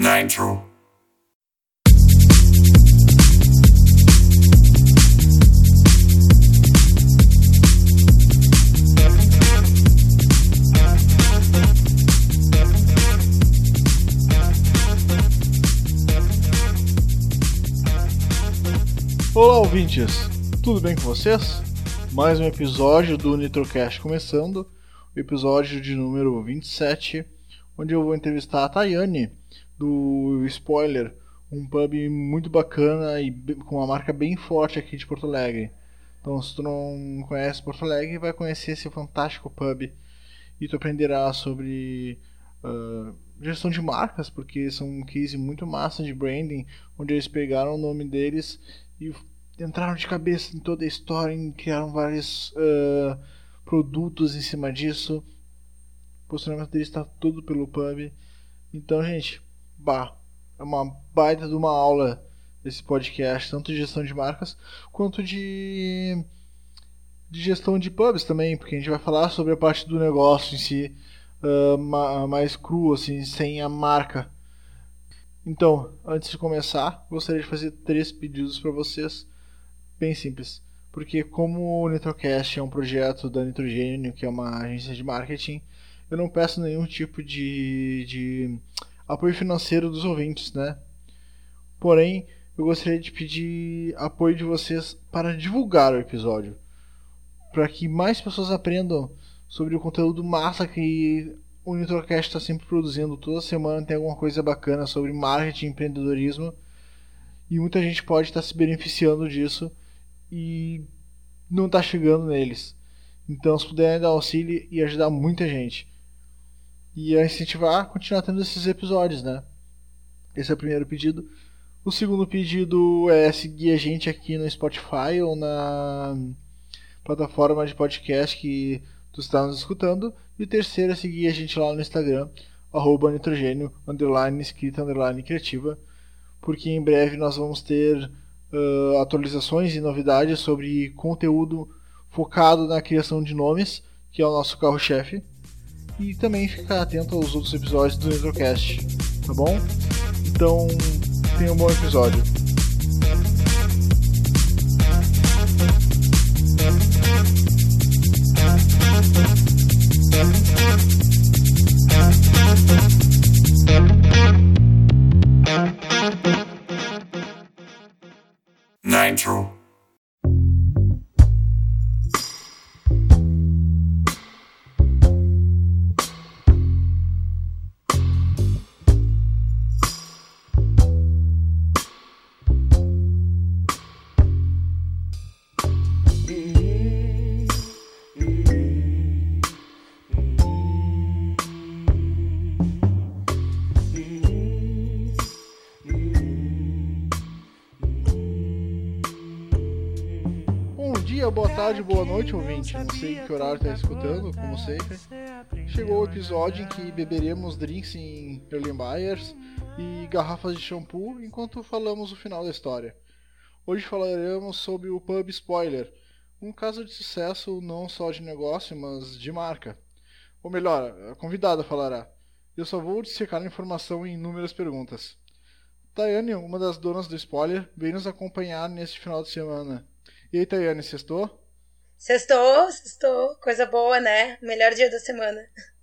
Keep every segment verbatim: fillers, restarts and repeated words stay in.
Nitro. Olá, ouvintes! Tudo bem com vocês? Mais um episódio do Nitrocast começando, o episódio de número vinte e sete, onde eu vou entrevistar a Tayane, do Spoiler, um pub muito bacana e com uma marca bem forte aqui de Porto Alegre. Então, se tu não conhece Porto Alegre, vai conhecer esse fantástico pub e tu aprenderá sobre uh, gestão de marcas, porque são um case muito massa de branding, onde eles pegaram o nome deles e entraram de cabeça em toda a história, e criaram vários uh, produtos em cima disso. O posicionamento deles está tudo pelo pub. Então, gente, bah, é uma baita de uma aula desse podcast, tanto de gestão de marcas quanto de, de gestão de pubs também, porque a gente vai falar sobre a parte do negócio em si, uh, ma- mais cru, assim, sem a marca. Então, antes de começar, gostaria de fazer três pedidos para vocês, bem simples. Porque como o Nitrocast é um projeto da Nitrogênio, que é uma agência de marketing, eu não peço nenhum tipo de, de apoio financeiro dos ouvintes, né? Porém, eu gostaria de pedir apoio de vocês para divulgar o episódio, para que mais pessoas aprendam sobre o conteúdo massa que o Nitrocast está sempre produzindo. Toda semana tem alguma coisa bacana sobre marketing e empreendedorismo, e muita gente pode estar se beneficiando disso e não está chegando neles. Então, se puderem dar auxílio e ajudar muita gente. E a incentivar a continuar tendo esses episódios, né? Esse é o primeiro pedido. O segundo pedido é seguir a gente aqui no Spotify ou na plataforma de podcast que tu está nos escutando. E o terceiro é seguir a gente lá no Instagram, arroba nitrogênio, underline, escrita, underline, criativa. Porque em breve nós vamos ter uh, atualizações e novidades sobre conteúdo focado na criação de nomes, que é o nosso carro-chefe. E também ficar atento aos outros episódios do Nitrocast, tá bom? Então, tenha um bom episódio. Nitro. Boa tarde, boa noite, ouvinte. Não sei que horário está escutando, como sempre. Chegou o episódio em que beberemos drinks em Erlenmeyers e garrafas de shampoo enquanto falamos o final da história. Hoje falaremos sobre o Pub Spoiler, um caso de sucesso não só de negócio, mas de marca. Ou melhor, a convidada falará. Eu só vou dissecar a informação em inúmeras perguntas. Tayane, uma das donas do Spoiler, veio nos acompanhar neste final de semana. E aí, Tayane, sextou? Sextou, sextou. Coisa boa, né? Melhor dia da semana.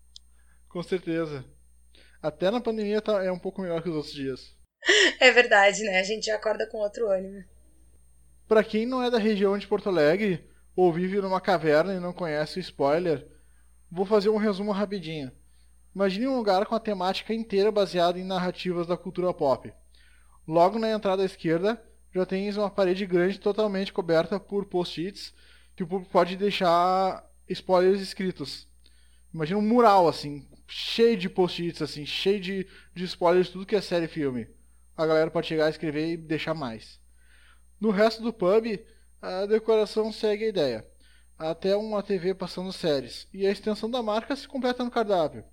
Com certeza. Até na pandemia tá, é um pouco melhor que os outros dias. É verdade, né? A gente já acorda com outro ânimo. Pra quem não é da região de Porto Alegre, ou vive numa caverna e não conhece o Spoiler, vou fazer um resumo rapidinho. Imagine um lugar com a temática inteira baseada em narrativas da cultura pop. Logo na entrada à esquerda, já tens uma parede grande totalmente coberta por post-its que o público pode deixar spoilers escritos. Imagina um mural, assim, cheio de post-its, assim, cheio de, de spoilers de tudo que é série e filme. A galera pode chegar, escrever e deixar mais. No resto do pub, a decoração segue a ideia. Até uma T V passando séries. E a extensão da marca se completa no cardápio.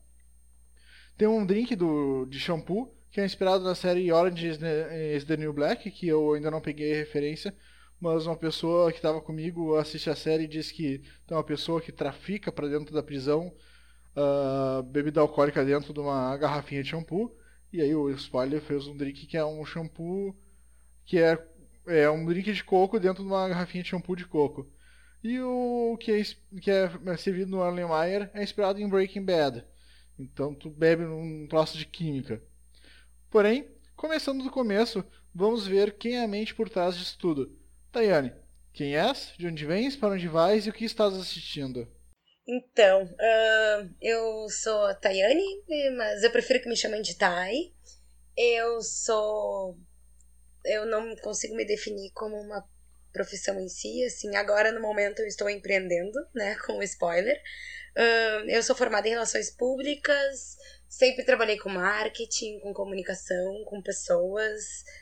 Tem um drink do, de shampoo, que é inspirado na série Orange is the, is the New Black, que eu ainda não peguei referência, mas uma pessoa que estava comigo assiste a série e diz que tem uma pessoa que trafica para dentro da prisão uh, bebida alcoólica dentro de uma garrafinha de shampoo, E aí o spoiler fez um drink que é um shampoo que é, é um drink de coco dentro de uma garrafinha de shampoo de coco. E o que é, que é servido no Erlenmeyer é inspirado em Breaking Bad. Então tu bebe num troço de química. Porém, começando do começo, vamos ver quem é a mente por trás disso tudo. Tayane, quem és? De onde vens? Para onde vais? E o que estás assistindo? Então, uh, eu sou a Tayane, mas eu prefiro que me chamem de Tay. Eu sou... Eu não consigo me definir como uma profissão em si, assim, agora no momento eu estou empreendendo, né, com spoiler. Uh, eu sou formada em relações públicas, sempre trabalhei com marketing, com comunicação, com pessoas.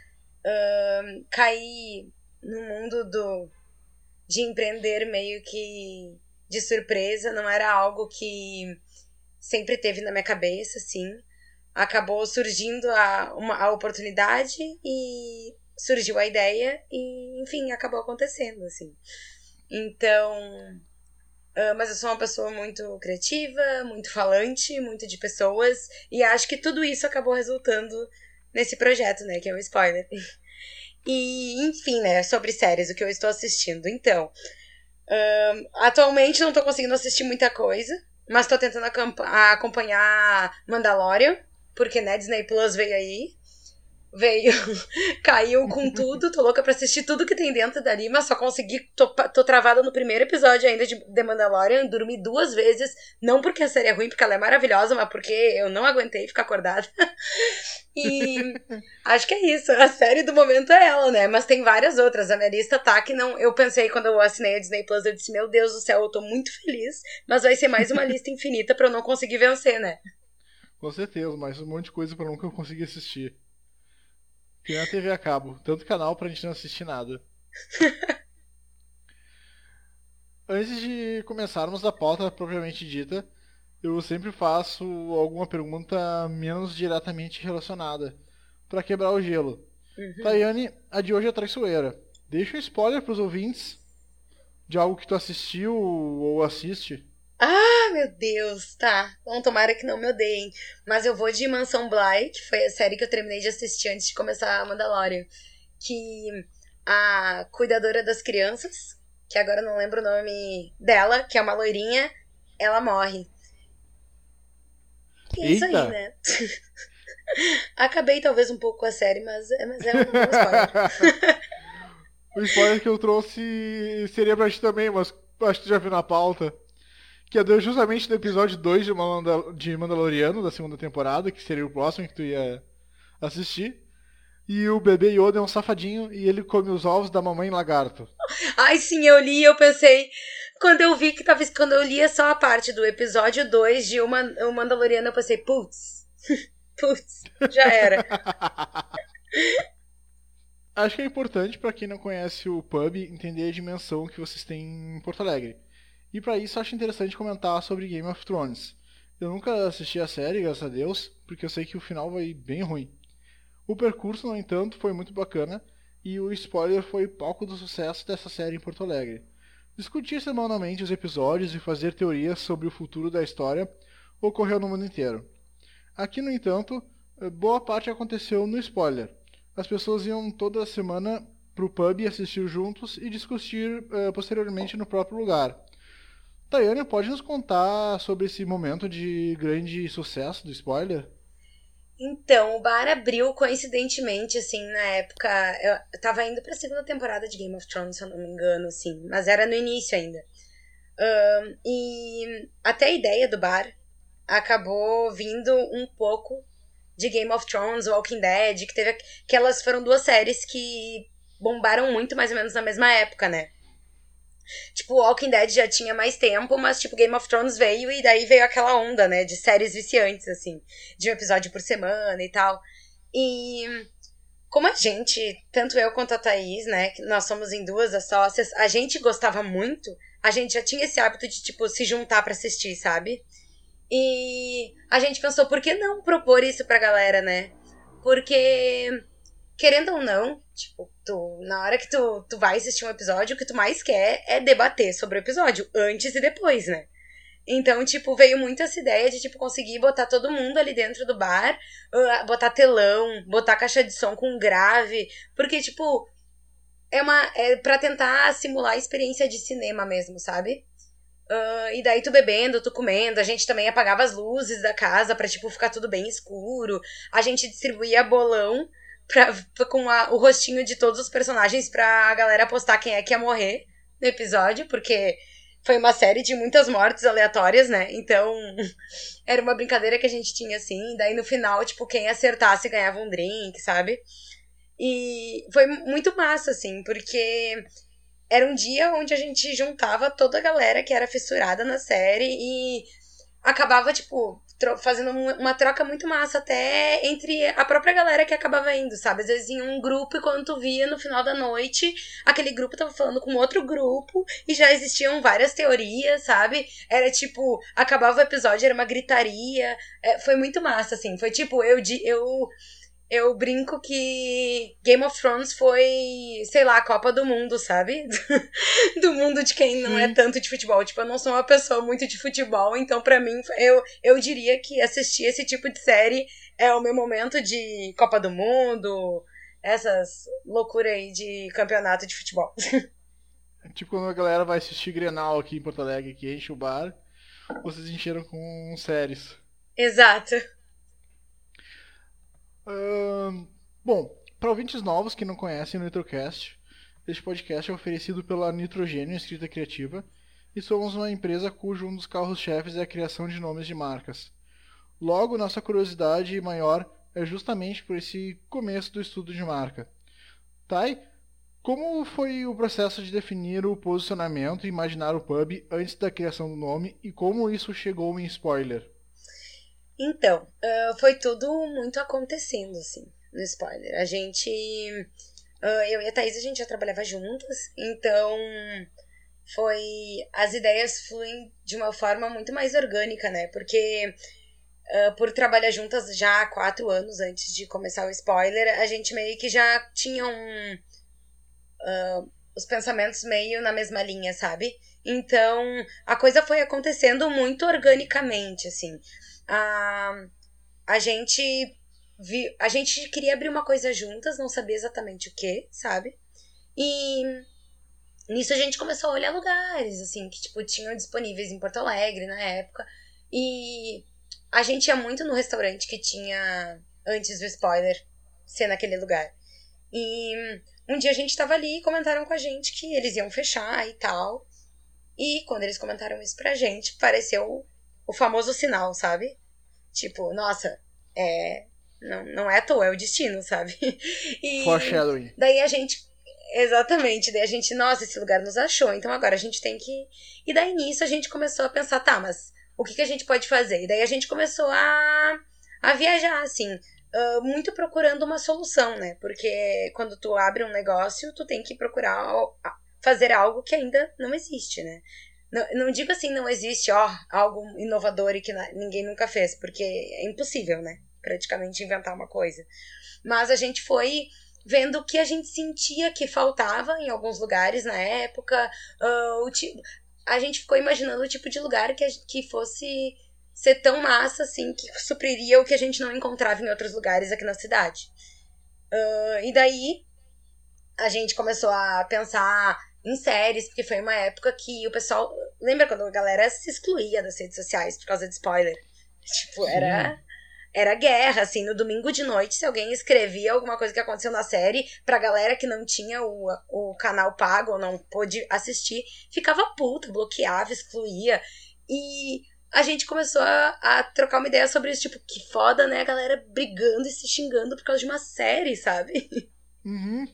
Uh, caí no mundo do, de empreender meio que de surpresa, não era algo que sempre teve na minha cabeça, assim. Acabou surgindo a, uma, a oportunidade e surgiu a ideia e, enfim, acabou acontecendo, assim. Então, uh, mas eu sou uma pessoa muito criativa, muito falante, muito de pessoas, e acho que tudo isso acabou resultando nesse projeto, né, que é um spoiler. E, enfim, né, sobre séries, o que eu estou assistindo. Então, uh, atualmente não estou conseguindo assistir muita coisa, mas estou tentando acompanhar Mandalorian, porque, né, Disney Plus veio aí. Veio, caiu com tudo, tô louca pra assistir tudo que tem dentro dali, mas só consegui, tô, tô travada no primeiro episódio ainda de The Mandalorian, dormi duas vezes, não porque a série é ruim, porque ela é maravilhosa, mas porque eu não aguentei ficar acordada. E acho que é isso, a série do momento é ela, né, mas tem várias outras, a minha lista tá que não, eu pensei quando eu assinei a Disney Plus, eu disse, meu Deus do céu, eu tô muito feliz, mas vai ser mais uma lista infinita pra eu não conseguir vencer, né. Com certeza, mas um monte de coisa pra nunca conseguir assistir. Que nem a T V a cabo. Tanto canal pra gente não assistir nada. Antes de começarmos a pauta propriamente dita, eu sempre faço alguma pergunta menos diretamente relacionada. Pra quebrar o gelo. Uhum. Tayane, a de hoje é traiçoeira. Deixa um spoiler pros ouvintes de algo que tu assistiu ou assiste. Ah, meu Deus, tá. Bom, tomara que não me odeiem. Mas eu vou de Mansão Bly, que foi a série que eu terminei de assistir antes de começar a Mandalorian. Que a cuidadora das crianças, que agora eu não lembro o nome dela, que é uma loirinha, ela morre. E é isso aí, né? Acabei talvez um pouco com a série, mas, mas é um spoiler. O spoiler que eu trouxe seria pra ti também, mas acho que tu já viu na pauta. Que é justamente do episódio dois de, Mandal- de Mandaloriano, da segunda temporada, que seria o próximo que tu ia assistir. E o bebê Yoda é um safadinho e ele come os ovos da mamãe lagarto. Ai, sim, eu li e eu pensei... Quando eu vi que tava... Quando eu li só a parte do episódio dois de uma, o Mandaloriano, eu pensei, putz, putz, já era. Acho que é importante pra quem não conhece o pub entender a dimensão que vocês têm em Porto Alegre. E pra isso acho interessante comentar sobre Game of Thrones. Eu nunca assisti a série, graças a Deus, porque eu sei que o final vai bem ruim. O percurso, no entanto, foi muito bacana e o spoiler foi palco do sucesso dessa série em Porto Alegre. Discutir semanalmente os episódios e fazer teorias sobre o futuro da história ocorreu no mundo inteiro. Aqui, no entanto, boa parte aconteceu no spoiler. As pessoas iam toda semana pro pub assistir juntos e discutir uh, posteriormente no próprio lugar. Tayane, pode nos contar sobre esse momento de grande sucesso do spoiler? Então, o bar abriu coincidentemente, assim, na época... Eu tava indo pra segunda temporada de Game of Thrones, se eu não me engano, assim. Mas era no início ainda. Um, e até a ideia do bar acabou vindo um pouco de Game of Thrones, Walking Dead, que teve... Que elas foram duas séries que bombaram muito mais ou menos na mesma época, né? Tipo, Walking Dead já tinha mais tempo, mas, tipo, Game of Thrones veio e daí veio aquela onda, né, de séries viciantes, assim, de um episódio por semana e tal. E como a gente, tanto eu quanto a Thaís, né, que nós somos em duas as sócias, a gente gostava muito, a gente já tinha esse hábito de, tipo, se juntar pra assistir, sabe? E a gente pensou, por que não propor isso pra galera, né? Porque... Querendo ou não, tipo, tu, na hora que tu, tu vai assistir um episódio, o que tu mais quer é debater sobre o episódio, antes e depois, né? Então, tipo, veio muito essa ideia de, tipo, conseguir botar todo mundo ali dentro do bar, uh, botar telão, botar caixa de som com grave, porque, tipo, é uma é pra tentar simular a experiência de cinema mesmo, sabe? Uh, e daí tu bebendo, tu comendo, a gente também apagava as luzes da casa pra, tipo, ficar tudo bem escuro, a gente distribuía bolão pra, com a, o rostinho de todos os personagens pra galera apostar quem é que ia morrer no episódio, porque foi uma série de muitas mortes aleatórias, né? Então, era uma brincadeira que a gente tinha, assim. Daí, no final, tipo, quem acertasse ganhava um drink, sabe? E foi muito massa, assim, porque era um dia onde a gente juntava toda a galera que era fissurada na série e acabava, tipo, fazendo uma troca muito massa até entre a própria galera que acabava indo, sabe? Às vezes em um grupo e quando tu via no final da noite, aquele grupo tava falando com outro grupo e já existiam várias teorias, sabe? Era tipo, acabava o episódio, era uma gritaria. É, foi muito massa, assim. Foi tipo, eu... eu Eu brinco que Game of Thrones foi, sei lá, a Copa do Mundo, sabe? Do mundo de quem não é tanto de futebol. Tipo, eu não sou uma pessoa muito de futebol, então pra mim, eu, eu diria que assistir esse tipo de série é o meu momento de Copa do Mundo, essas loucuras aí de campeonato de futebol. Tipo quando a galera vai assistir Grenal aqui em Porto Alegre, que enche o bar, vocês encheram com séries. Exato. Uh, bom, para ouvintes novos que não conhecem o Nitrocast, este podcast é oferecido pela Nitrogênio Escrita Criativa e somos uma empresa cujo um dos carros-chefes é a criação de nomes de marcas. Logo, nossa curiosidade maior é justamente por esse começo do estudo de marca. Tai, como foi o processo de definir o posicionamento e imaginar o pub antes da criação do nome e como isso chegou em spoiler? Então, uh, foi tudo muito acontecendo, assim, no spoiler. A gente... Uh, eu e a Thaís, a gente já trabalhava juntas, então foi... As ideias fluem de uma forma muito mais orgânica, né? Porque uh, por trabalhar juntas já há quatro anos antes de começar o spoiler, a gente meio que já tinha um... Uh, os pensamentos meio na mesma linha, sabe? Então, a coisa foi acontecendo muito organicamente, assim... A, a gente vi, a gente queria abrir uma coisa juntas, não sabia exatamente o que, sabe? E nisso a gente começou a olhar lugares, assim, que tipo, tinham disponíveis em Porto Alegre na época. E a gente ia muito no restaurante que tinha, antes do spoiler, ser naquele lugar. E um dia a gente tava ali e comentaram com a gente que eles iam fechar e tal. E quando eles comentaram isso pra gente, pareceu o famoso sinal, sabe? Tipo, nossa, é... Não, não é à toa, é o destino, sabe? E Foreshadowing. Daí a gente... Exatamente, daí a gente, nossa, esse lugar nos achou, então agora a gente tem que... E daí nisso a gente começou a pensar, tá, mas o que, que a gente pode fazer? E daí a gente começou a, a viajar, assim, uh, muito procurando uma solução, né? Porque quando tu abre um negócio, tu tem que procurar fazer algo que ainda não existe, né? Não, não digo assim, não existe, ó, algo inovador e que ninguém nunca fez, porque é impossível, né? Praticamente inventar uma coisa. Mas a gente foi vendo o que a gente sentia que faltava em alguns lugares na época. Uh, o tipo, a gente ficou imaginando o tipo de lugar que, a, que fosse ser tão massa, assim, que supriria o que a gente não encontrava em outros lugares aqui na cidade. Uh, e daí a gente começou a pensar em séries, porque foi uma época que o pessoal... Lembra quando a galera se excluía das redes sociais por causa de spoiler? Tipo, era, era guerra, assim, no domingo de noite, se alguém escrevia alguma coisa que aconteceu na série, pra galera que não tinha o, o canal pago ou não pôde assistir, ficava puta, bloqueava, excluía. E a gente começou a, a trocar uma ideia sobre isso, tipo, que foda, né? A galera brigando e se xingando por causa de uma série, sabe? Uhum.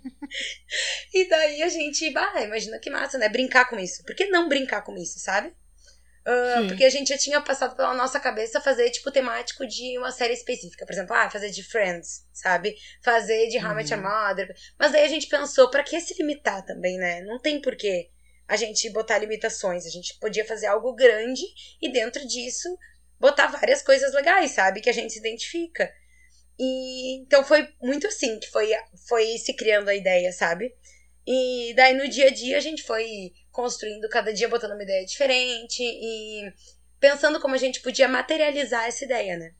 E daí a gente, bah, imagina que massa, né? Brincar com isso. Por que não brincar com isso, sabe? Uh, porque a gente já tinha passado pela nossa cabeça fazer, tipo, temático de uma série específica. Por exemplo, ah, fazer de Friends, sabe? Fazer de How I Met Your Mother. Mas daí a gente pensou, pra que se limitar também, né? Não tem porquê a gente botar limitações. A gente podia fazer algo grande e dentro disso botar várias coisas legais, sabe? Que a gente se identifica. E então foi muito assim que foi, foi se criando a ideia, sabe? E daí no dia a dia a gente foi construindo cada dia, botando uma ideia diferente e pensando como a gente podia materializar essa ideia, né?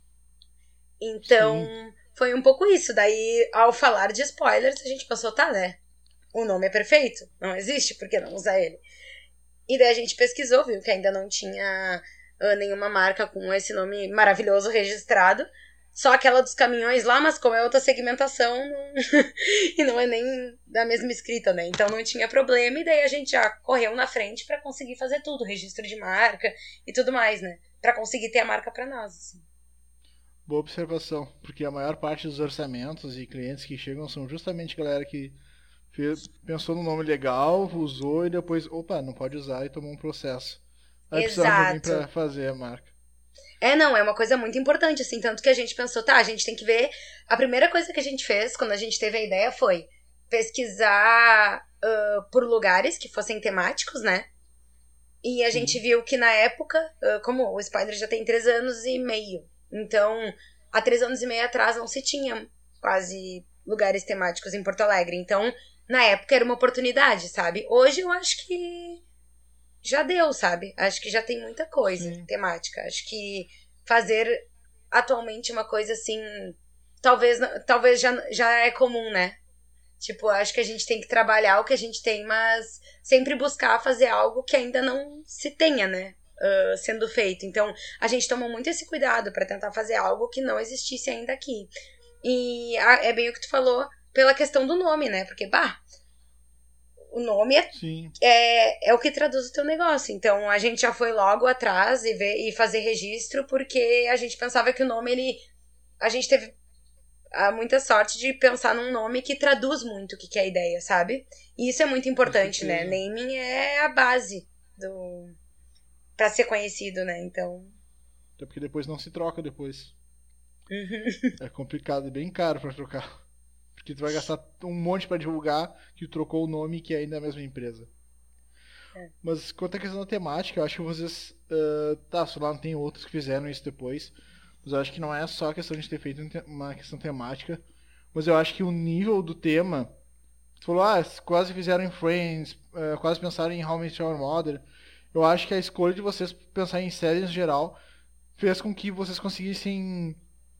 Então, Sim. foi um pouco isso. Daí, ao falar de spoilers, a gente pensou, tá, né? O nome é perfeito, não existe, por que não usar ele? E daí a gente pesquisou, viu que ainda não tinha uh, nenhuma marca com esse nome maravilhoso registrado. Só aquela dos caminhões lá, mas como é outra segmentação não... e não é nem da mesma escrita, né? Então não tinha problema e daí a gente já correu na frente pra conseguir fazer tudo, registro de marca e tudo mais, né? Pra conseguir ter a marca pra nós, assim. Boa observação, porque a maior parte dos orçamentos e clientes que chegam são justamente galera que fez, pensou no nome legal, usou e depois, opa, não pode usar e tomou um processo. Aí precisava de alguém pra fazer a marca. É, não, é uma coisa muito importante, assim, tanto que a gente pensou, tá, a gente tem que ver... A primeira coisa que a gente fez, quando a gente teve a ideia, foi pesquisar uh, por lugares que fossem temáticos, né? E a Sim. gente viu que na época, uh, como o Spider já tem três anos e meio, então, há três anos e meio atrás não se tinha quase lugares temáticos em Porto Alegre. Então, na época era uma oportunidade, sabe? Hoje eu acho que já deu, sabe? Acho que já tem muita coisa Sim. temática. Acho que fazer atualmente uma coisa assim, talvez, talvez já, já é comum, né? Tipo, acho que a gente tem que trabalhar o que a gente tem, mas sempre buscar fazer algo que ainda não se tenha, né? Uh, sendo feito. Então, a gente tomou muito esse cuidado pra tentar fazer algo que não existisse ainda aqui. E a, é bem o que tu falou pela questão do nome, né? Porque, bah, o nome é, é, é o que traduz o teu negócio. Então, a gente já foi logo atrás e, ver, e fazer registro, porque a gente pensava que o nome, ele... A gente teve a muita sorte de pensar num nome que traduz muito o que, que é a ideia, sabe? E isso é muito importante, né? Naming é a base do... pra ser conhecido, né? Então... Até porque depois não se troca depois. Uhum. É complicado e bem caro pra trocar. Porque tu vai gastar um monte pra divulgar que trocou o nome que é ainda a mesma empresa. É. Mas quanto à questão da temática, eu acho que vocês... Uh, tá, sei lá, não tem outros que fizeram isso depois. Mas eu acho que não é só a questão de ter feito uma questão temática. Mas eu acho que o nível do tema... Tu falou, ah, quase fizeram em Friends, uh, quase pensaram em How I Met Your Mother. Eu acho que a escolha de vocês pensar em séries em geral fez com que vocês conseguissem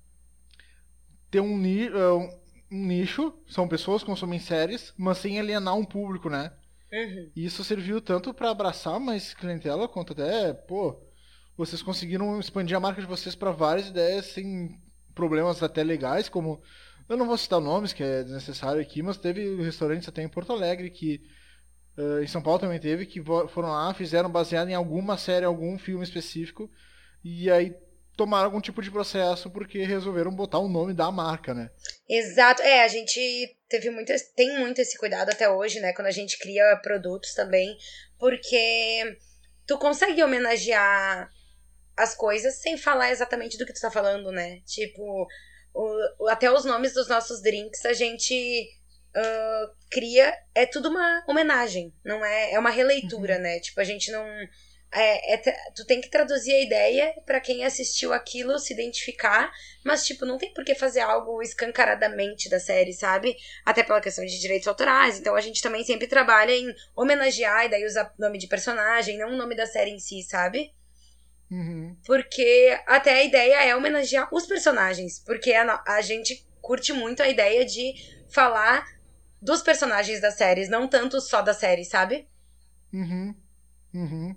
ter um, ni um nicho, são pessoas que consomem séries, mas sem alienar um público, né? Uhum. E isso serviu tanto para abraçar mais clientela, quanto até, pô, vocês conseguiram expandir a marca de vocês para várias ideias sem problemas até legais, como, eu não vou citar nomes, que é desnecessário aqui, mas teve restaurantes até em Porto Alegre que Uh, em São Paulo também teve, que foram lá, fizeram baseado em alguma série, algum filme específico, e aí tomaram algum tipo de processo porque resolveram botar o nome da marca, né? Exato, é, a gente teve muito, tem muito esse cuidado até hoje, né, quando a gente cria produtos também, porque tu consegue homenagear as coisas sem falar exatamente do que tu tá falando, né? Tipo, o, até os nomes dos nossos drinks a gente... Uh, cria, é tudo uma homenagem, não é, é uma releitura, uhum. né, tipo, a gente não é, é, tu tem que traduzir a ideia pra quem assistiu aquilo se identificar, mas tipo, não tem por que fazer algo escancaradamente da série, sabe, até pela questão de direitos autorais, então a gente também sempre trabalha em homenagear e daí usar nome de personagem, não o nome da série em si, sabe? Uhum. Porque até a ideia é homenagear os personagens, porque a, a gente curte muito a ideia de falar dos personagens das séries, não tanto só da série, sabe? Uhum. Uhum.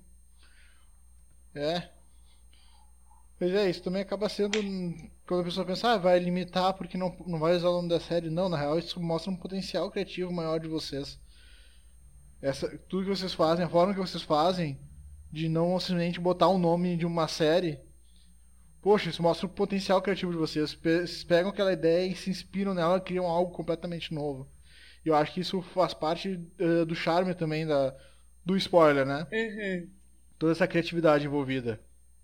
É. Pois é, isso também acaba sendo... Quando a pessoa pensa, ah, vai limitar porque não, não vai usar o nome da série. Não, na real, isso mostra um potencial criativo maior de vocês. Essa, tudo que vocês fazem, a forma que vocês fazem, de não simplesmente botar o nome de uma série... Poxa, isso mostra o potencial criativo de vocês. Vocês pegam aquela ideia e se inspiram nela e criam algo completamente novo. E eu acho que isso faz parte uh, do charme também da, do spoiler, né? Uhum. Toda essa criatividade envolvida.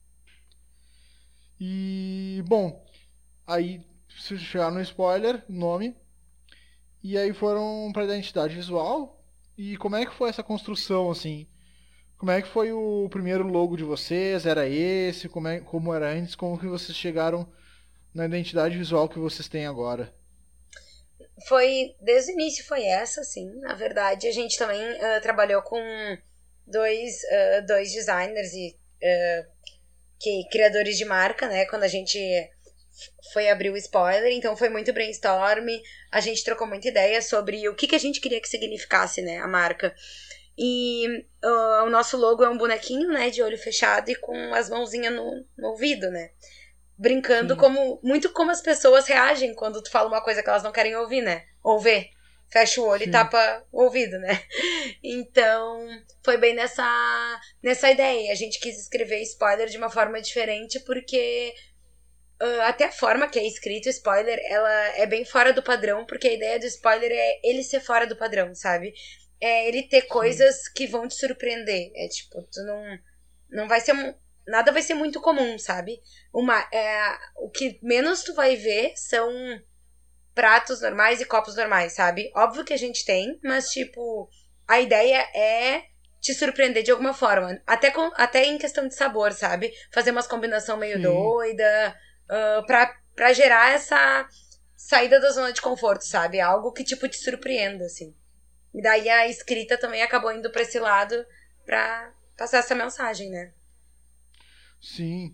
E, bom, aí vocês chegaram no spoiler, nome, e aí foram para a identidade visual. E como é que foi essa construção, assim? Como é que foi o primeiro logo de vocês? Era esse? Como, é, como era antes? Como que vocês chegaram na identidade visual que vocês têm agora? Foi, desde o início foi essa, sim. Na verdade, a gente também uh, trabalhou com dois, uh, dois designers e uh, que criadores de marca, né? Quando a gente foi abrir o spoiler, então foi muito brainstorm, a gente trocou muita ideia sobre o que, que a gente queria que significasse, né, a marca. E uh, o nosso logo é um bonequinho, né, de olho fechado e com as mãozinhas no, no ouvido, né? Brincando Sim. como muito como as pessoas reagem quando tu fala uma coisa que elas não querem ouvir, né? Ou ver. Fecha o olho Sim. e tapa o ouvido, né? Então, foi bem nessa, nessa ideia. A gente quis escrever spoiler de uma forma diferente porque uh, até a forma que é escrito spoiler, ela é bem fora do padrão, porque a ideia do spoiler é ele ser fora do padrão, sabe? É ele ter Sim. coisas que vão te surpreender. É tipo, tu não, não vai ser... Nada vai ser muito comum, sabe? Uma, é, o que menos tu vai ver são pratos normais e copos normais, sabe? Óbvio que a gente tem, mas, tipo, a ideia é te surpreender de alguma forma. Até, com, até em questão de sabor, sabe? Fazer umas combinação meio Sim. doida, uh, pra, pra gerar essa saída da zona de conforto, sabe? Algo que, tipo, te surpreenda, assim. E daí a escrita também acabou indo pra esse lado pra passar essa mensagem, né? Sim.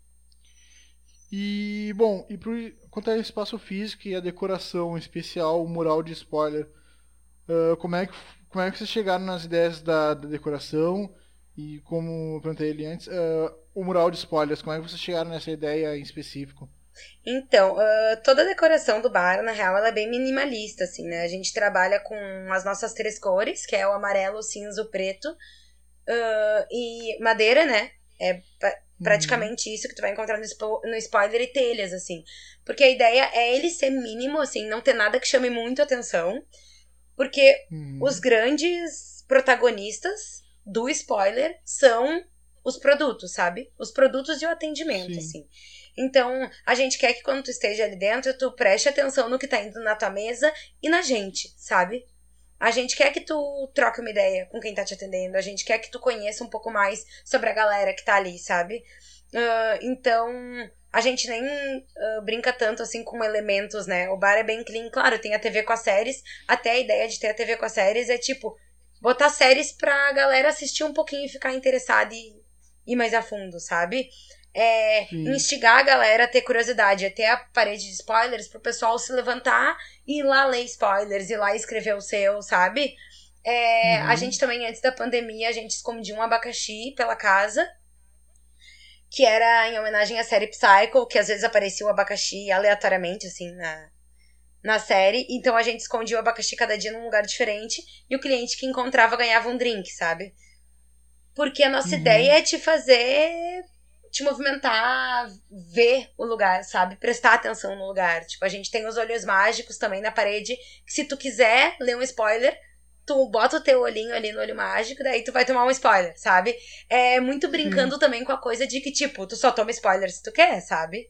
E, bom, e pro, quanto ao espaço físico e a decoração especial, o mural de spoiler, uh, como, é que, como é que vocês chegaram nas ideias da, da decoração? E como eu perguntei ele antes, uh, o mural de spoilers, como é que vocês chegaram nessa ideia em específico? Então, uh, toda a decoração do bar, na real, ela é bem minimalista, assim, né? A gente trabalha com as nossas três cores, que é o amarelo, o cinza, o preto, uh, e madeira, né? É praticamente isso que tu vai encontrar no, spo- no spoiler, e telhas, assim. Porque a ideia é ele ser mínimo, assim, não ter nada que chame muito atenção. Porque os Uhum. grandes protagonistas do spoiler são os produtos, sabe? Os produtos e o atendimento, Sim. assim. Então, a gente quer que quando tu esteja ali dentro, tu preste atenção no que tá indo na tua mesa e na gente, sabe? A gente quer que tu troque uma ideia com quem tá te atendendo. A gente quer que tu conheça um pouco mais sobre a galera que tá ali, sabe? Uh, então, a gente nem uh, brinca tanto assim com elementos, né? O bar é bem clean. Claro, tem a T V com as séries. Até a ideia de ter a T V com as séries é tipo botar séries pra galera assistir um pouquinho e ficar interessada e ir mais a fundo, sabe? É, Sim. instigar a galera a ter curiosidade, a ter a parede de spoilers pro pessoal se levantar e ir lá ler spoilers, ir lá escrever o seu, sabe? É, a gente Uhum. também, antes da pandemia, a gente escondia um abacaxi pela casa, que era em homenagem à série Psycho, que às vezes aparecia o abacaxi aleatoriamente, assim, na, na série. Então a gente escondia o abacaxi cada dia num lugar diferente, e o cliente que encontrava ganhava um drink, sabe? Porque a nossa ideia Uhum. é te fazer, te movimentar, ver o lugar, sabe? Prestar atenção no lugar. Tipo, a gente tem os olhos mágicos também na parede, que se tu quiser ler um spoiler, tu bota o teu olhinho ali no olho mágico, daí tu vai tomar um spoiler, sabe? É muito Sim. brincando também com a coisa de que, tipo, tu só toma spoiler se tu quer, sabe?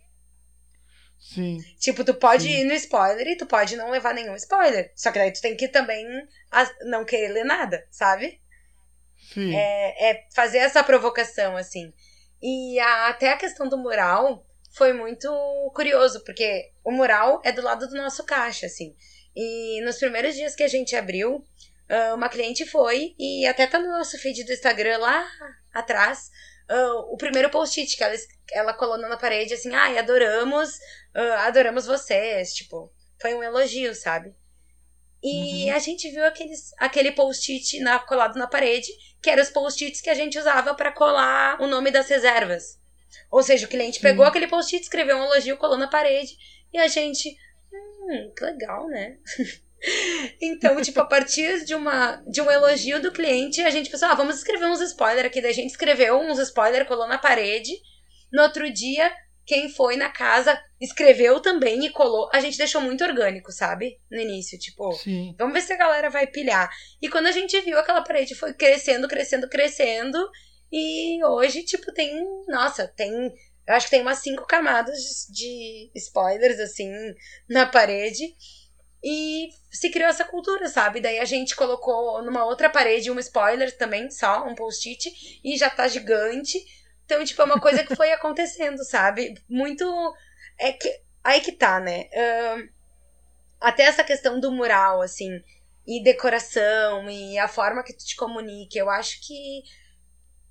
Sim. Tipo, tu pode Sim. ir no spoiler e tu pode não levar nenhum spoiler. Só que daí tu tem que também as- não querer ler nada, sabe? Sim. É, é fazer essa provocação, assim. E a- até a questão do mural foi muito curioso, porque o mural é do lado do nosso caixa, assim. E nos primeiros dias que a gente abriu, ah, uma cliente foi, e até tá no nosso feed do Instagram lá atrás, ah, o primeiro post-it que ela, ela colou na parede, assim, ai, adoramos, ah, adoramos vocês, tipo, foi um elogio, sabe? E Uhum. a gente viu aqueles, aquele post-it na, colado na parede, que eram os post-its que a gente usava para colar o nome das reservas. Ou seja, o cliente pegou Sim. aquele post-it, escreveu um elogio, colou na parede, e a gente, hum, que legal, né? Então, tipo, a partir de, uma, de um elogio do cliente, a gente pensou, ah, vamos escrever uns spoilers aqui. Daí a gente escreveu uns spoilers, colou na parede. No outro dia, quem foi na casa escreveu também e colou. A gente deixou muito orgânico, sabe? No início, tipo, Sim. vamos ver se a galera vai pilhar. E quando a gente viu, aquela parede foi crescendo, crescendo, crescendo. E hoje, tipo, tem, nossa, tem, eu acho que tem umas cinco camadas de spoilers, assim, na parede. E se criou essa cultura, sabe? Daí a gente colocou numa outra parede um spoiler também, só, um post-it, e já tá gigante. Então, tipo, é uma coisa que foi acontecendo, sabe? Muito. É que. Aí que tá, né? Uh, até essa questão do mural, assim, e decoração, e a forma que tu te comunica, eu acho que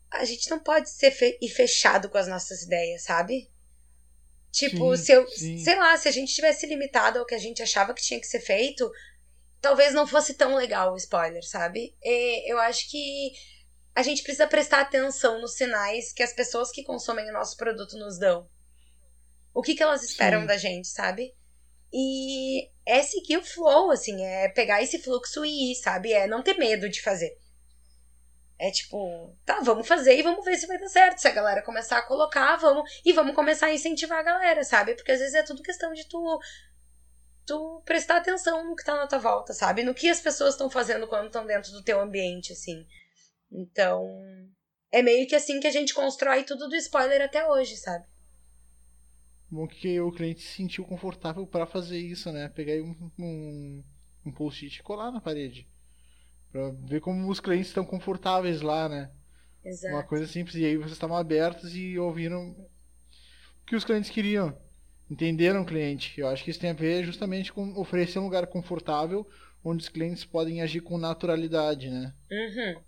a gente não pode ser fe- ir fechado com as nossas ideias, sabe? Tipo, Sim, se eu, sim. sei lá, se a gente tivesse limitado ao que a gente achava que tinha que ser feito, talvez não fosse tão legal o spoiler, sabe? E eu acho que a gente precisa prestar atenção nos sinais que as pessoas que consomem o nosso produto nos dão. O que, que elas esperam Sim. da gente, sabe? E é seguir o flow, assim, é pegar esse fluxo e ir, sabe? É não ter medo de fazer. É tipo, tá, vamos fazer e vamos ver se vai dar certo. Se a galera começar a colocar, vamos. E vamos começar a incentivar a galera, sabe? Porque às vezes é tudo questão de tu, tu prestar atenção no que tá na tua volta, sabe? No que as pessoas estão fazendo quando estão dentro do teu ambiente, assim. Então, é meio que assim que a gente constrói tudo do spoiler até hoje, sabe? Bom que o cliente se sentiu confortável para fazer isso, né? Pegar aí um, um, um post-it e colar na parede. Pra ver como os clientes estão confortáveis lá, né? Uma Exato. coisa simples. E aí vocês estavam abertos e ouviram o que os clientes queriam. Entenderam o cliente. Eu acho que isso tem a ver justamente com oferecer um lugar confortável onde os clientes podem agir com naturalidade, né? Uhum.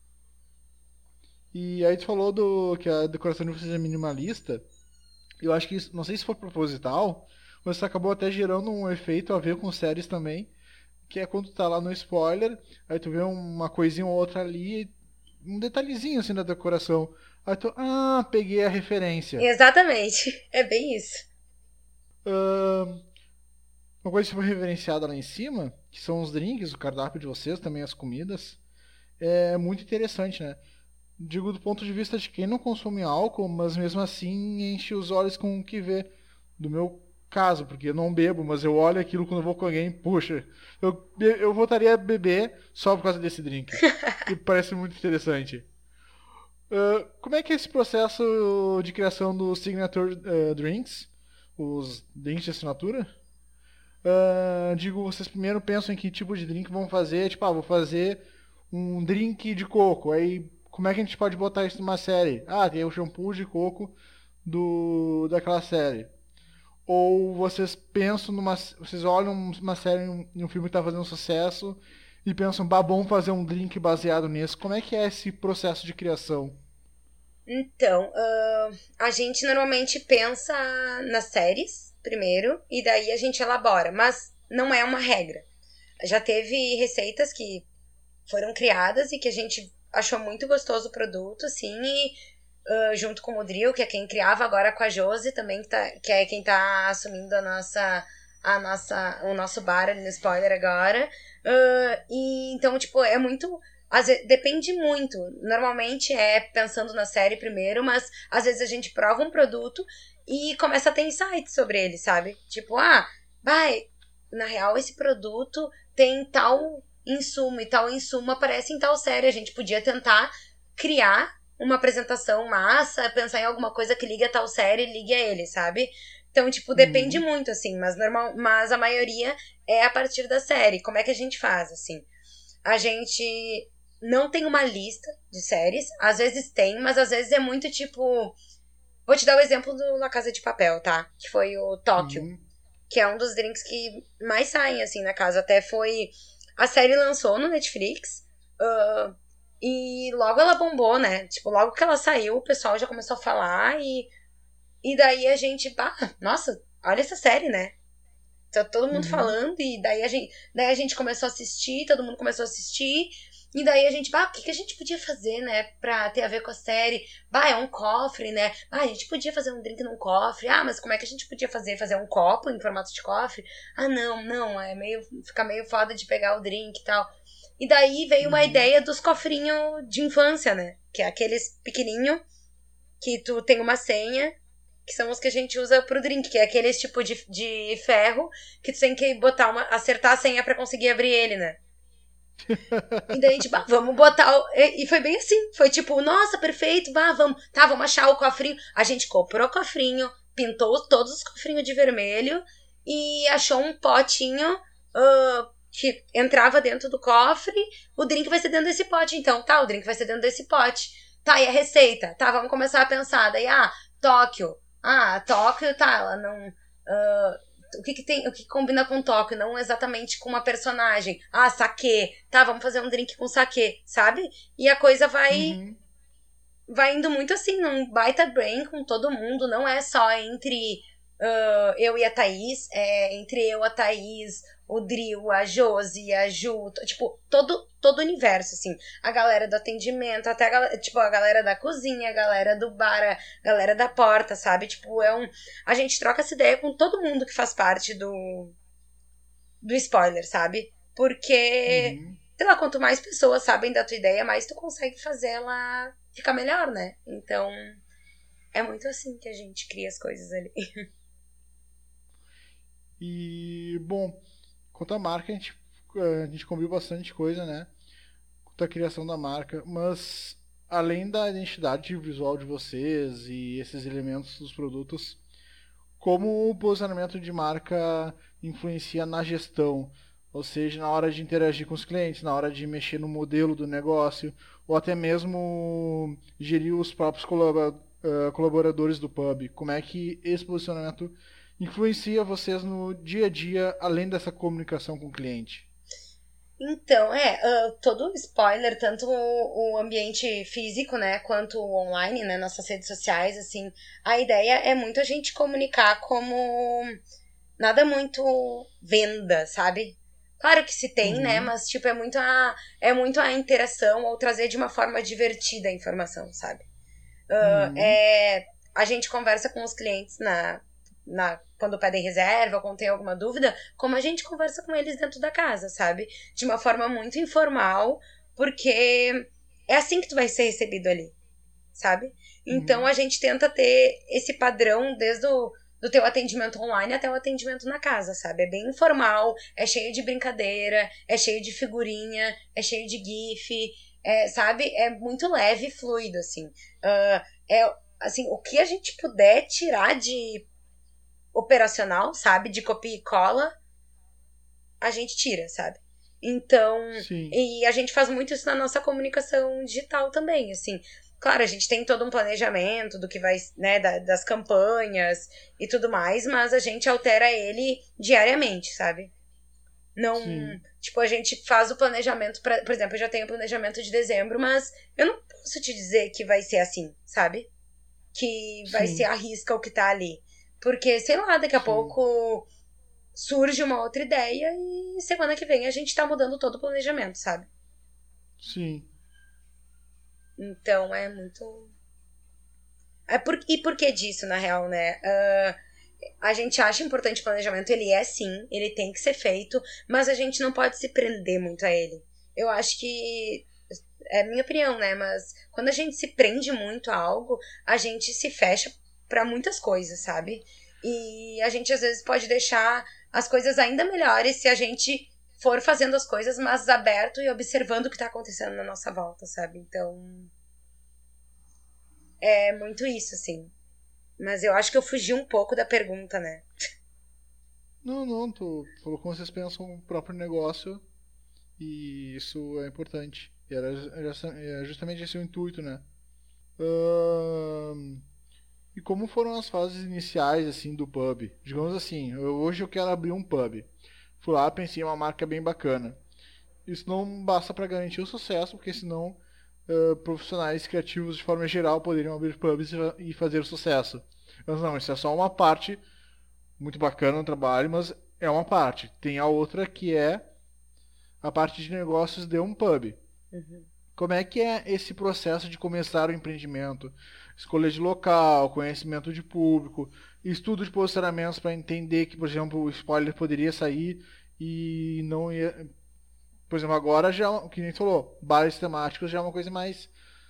E aí tu falou do que a decoração de vocês é minimalista. Eu acho que isso, não sei se foi proposital, mas isso acabou até gerando um efeito a ver com séries também, que é quando tu tá lá no spoiler, aí tu vê uma coisinha ou outra ali, um detalhezinho assim da decoração. Aí tu, ah, peguei a referência. Exatamente. É bem isso. Ahn, uma coisa que foi referenciada lá em cima, que são os drinks, o cardápio de vocês, também as comidas, é muito interessante, né? Digo do ponto de vista de quem não consome álcool, mas mesmo assim enche os olhos com o que vê. Do meu caso, porque eu não bebo, mas eu olho aquilo quando eu vou com alguém, puxa, eu, be- eu voltaria a beber só por causa desse drink. E parece muito interessante. Ah, como é que é esse processo de criação dos Signature eh, Drinks? Os drinks de assinatura? Ah, digo, vocês primeiro pensam em que tipo de drink vão fazer. Tipo, ah, vou fazer um drink de coco. Aí, como é que a gente pode botar isso numa série? Ah, tem o shampoo de coco do daquela série. Ou vocês pensam numa. Vocês olham uma série, um, um filme que tá fazendo sucesso e pensam, bah, bom fazer um drink baseado nisso. Como é que é esse processo de criação? Então, ah, a gente normalmente pensa nas séries primeiro e daí a gente elabora, mas não é uma regra. Já teve receitas que foram criadas e que a gente achou muito gostoso o produto, assim, e ah, junto com o Drill, que é quem criava, agora com a Josi também, que, tá, que é quem tá assumindo a nossa, a nossa, o nosso bar ali no spoiler agora. Ah, e então, tipo, é muito. Às vezes, depende muito. Normalmente é pensando na série primeiro, mas às vezes a gente prova um produto e começa a ter insights sobre ele, sabe? Tipo, ah, vai, na real, esse produto tem tal insumo e tal insumo aparece em tal série. A gente podia tentar criar uma apresentação massa, pensar em alguma coisa que liga a tal série, ligue a ele, sabe? Então, tipo, depende Uhum. muito, assim, mas, normal, mas a maioria é a partir da série. Como é que a gente faz, assim? A gente não tem uma lista de séries, às vezes tem, mas às vezes é muito tipo. Vou te dar o exemplo do La Casa de Papel, tá? Que foi o Tóquio, Uhum. que é um dos drinks que mais saem, assim, na casa. Até foi. A série lançou no Netflix. ah, e logo ela bombou, né? Tipo, logo que ela saiu, o pessoal já começou a falar. E, e daí a gente. Bah, nossa, olha essa série, né? Tá todo mundo Uhum. falando. E daí a gente, daí a gente começou a assistir, todo mundo começou a assistir. E daí a gente, bah, o que, que a gente podia fazer, né? Pra ter a ver com a série? Bah, é um cofre, né? Ah, a gente podia fazer um drink num cofre. Ah, mas como é que a gente podia fazer? Fazer um copo em formato de cofre? Ah, não, não, é meio. Fica meio foda de pegar o drink e tal. E daí veio uma Uhum. ideia dos cofrinhos de infância, né? Que é aqueles pequenininho que tu tem uma senha, que são os que a gente usa pro drink, que é aqueles tipo de, de ferro que tu tem que botar uma, acertar a senha pra conseguir abrir ele, né? E daí, tipo, ah, vamos botar. O... E foi bem assim. Foi tipo, nossa, perfeito, bah, vamos. Tá, vamos achar o cofrinho. A gente comprou o cofrinho, pintou todos os cofrinhos de vermelho e achou um potinho ah, que entrava dentro do cofre. O drink vai ser dentro desse pote, então. Tá, o drink vai ser dentro desse pote. Tá, e a receita? Tá, vamos começar a pensar. Daí, ah, Tóquio. Ah, Tóquio, tá, ela não. ah, o que, que tem, o que combina com Tóquio, não exatamente com uma personagem. Ah, saquê. Tá, vamos fazer um drink com saquê, sabe? E a coisa vai Uhum. vai indo muito assim, num baita brain com todo mundo, não é só entre uh, eu e a Thaís, é entre eu, a Thaís, o Drill, a Josi, a Ju, t- tipo, todo, todo o universo, assim. A galera do atendimento, até a, gal- tipo, a galera da cozinha, a galera do bar, a galera da porta, sabe? Tipo, é um... A gente troca essa ideia com todo mundo que faz parte do, do spoiler, sabe? Porque, Uhum. sei lá, quanto mais pessoas sabem da tua ideia, mais tu consegue fazer ela ficar melhor, né? Então, é muito assim que a gente cria as coisas ali. E, bom, quanto à marca, a gente, a gente cobriu bastante coisa, né? Quanto à criação da marca, mas além da identidade visual de vocês e esses elementos dos produtos, como o posicionamento de marca influencia na gestão, ou seja, na hora de interagir com os clientes, na hora de mexer no modelo do negócio, ou até mesmo gerir os próprios colabora- eh, colaboradores do pub. Como é que esse posicionamento influencia vocês no dia a dia, além dessa comunicação com o cliente? Então, é, ah, todo spoiler, tanto o, o ambiente físico, né, quanto o online, né, nossas redes sociais, assim, a ideia é muito a gente comunicar como nada muito venda, sabe? Claro que se tem, né, Uhum, mas, tipo, é muito a, é muito a interação ou trazer de uma forma divertida a informação, sabe? uhum, É, a gente conversa com os clientes na, na, quando pedem reserva, quando tem alguma dúvida, como a gente conversa com eles dentro da casa, sabe? De uma forma muito informal, porque é assim que tu vai ser recebido ali, sabe? Então uhum. a gente tenta ter esse padrão desde o do teu atendimento online até o atendimento na casa, sabe? É bem informal, é cheio de brincadeira, é cheio de figurinha, é cheio de gif, é, sabe? É muito leve e fluido, assim. Uh, é, assim, o que a gente puder tirar de operacional, sabe? De copia e cola, a gente tira, sabe? Então, Sim, e a gente faz muito isso na nossa comunicação digital também, assim. Claro, a gente tem todo um planejamento do que vai, né, da, das campanhas e tudo mais, mas a gente altera ele diariamente, sabe? Não, sim, tipo, a gente faz o planejamento para, por exemplo, eu já tenho o planejamento de dezembro, mas eu não posso te dizer que vai ser assim, sabe? Que vai ser sim, a risca o que tá ali. Porque, sei lá, daqui a sim, pouco surge uma outra ideia e semana que vem a gente tá mudando todo o planejamento, sabe? sim. Então é muito. É por... E por que disso, na real, né? Uh, a gente acha importante o planejamento, ele é sim, ele tem que ser feito, mas a gente não pode se prender muito a ele. Eu acho que. É minha opinião, né? Mas quando a gente se prende muito a algo, a gente se fecha pra muitas coisas, sabe? E a gente às vezes pode deixar as coisas ainda melhores se a gente for fazendo as coisas, mas aberto e observando o que tá acontecendo na nossa volta, sabe? Então, é muito isso, assim. Mas eu acho que eu fugi um pouco da pergunta, né? Não, não, tu falou como vocês pensam no próprio negócio e isso é importante. E era, era é justamente esse o intuito, né? Ahn, e como foram as fases iniciais, assim, do pub? Digamos assim, eu- hoje eu quero abrir um pub. Fui lá, pensei em uma marca bem bacana. Isso não basta para garantir o sucesso, porque senão ah, profissionais criativos de forma geral poderiam abrir pubs e fa- e fazer sucesso. Mas não, isso é só uma parte muito bacana no trabalho, mas é uma parte. Tem a outra que é a parte de negócios de um pub. Uhum. Como é que é esse processo de começar o empreendimento? Escolha de local, conhecimento de público, estudo de posicionamentos para entender que, por exemplo, o spoiler poderia sair e não ia. Por exemplo, agora já, que nem falou, bares temáticos já é uma coisa mais